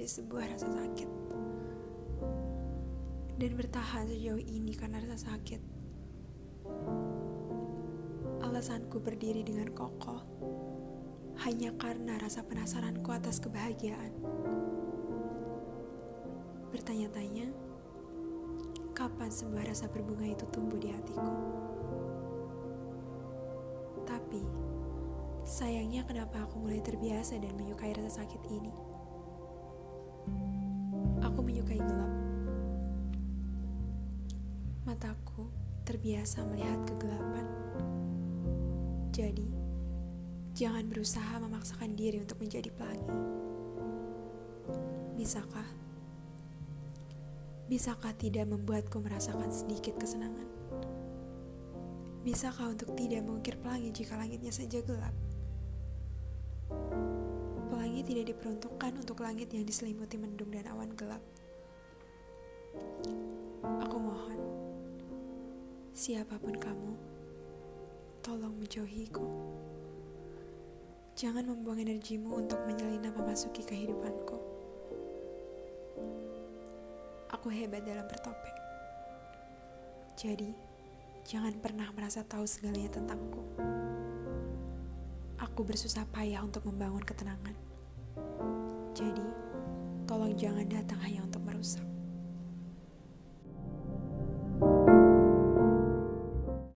sebuah rasa sakit. Dan bertahan sejauh ini karena rasa sakit. Alasanku berdiri dengan kokoh hanya karena rasa penasaranku atas kebahagiaan. Bertanya-tanya, kapan sebuah rasa berbunga itu tumbuh di hatiku. Tapi, sayangnya kenapa aku mulai terbiasa dan menyukai rasa sakit ini. Aku menyukai gelap. Mataku terbiasa melihat kegelapan. Jadi, jangan berusaha memaksakan diri untuk menjadi pelangi. Bisakah? Bisakah tidak membuatku merasakan sedikit kesenangan? Bisakah untuk tidak mengukir pelangi jika langitnya saja gelap? Pelangi tidak diperuntukkan untuk langit yang diselimuti mendung dan awan gelap. Aku mohon, siapapun kamu, tolong menjauhiku. Jangan membuang energimu untuk menyelinap memasuki kehidupanku. Aku hebat dalam bertopeng. Jadi, jangan pernah merasa tahu segalanya tentangku. Aku bersusah payah untuk membangun ketenangan. Jadi, tolong jangan datang hanya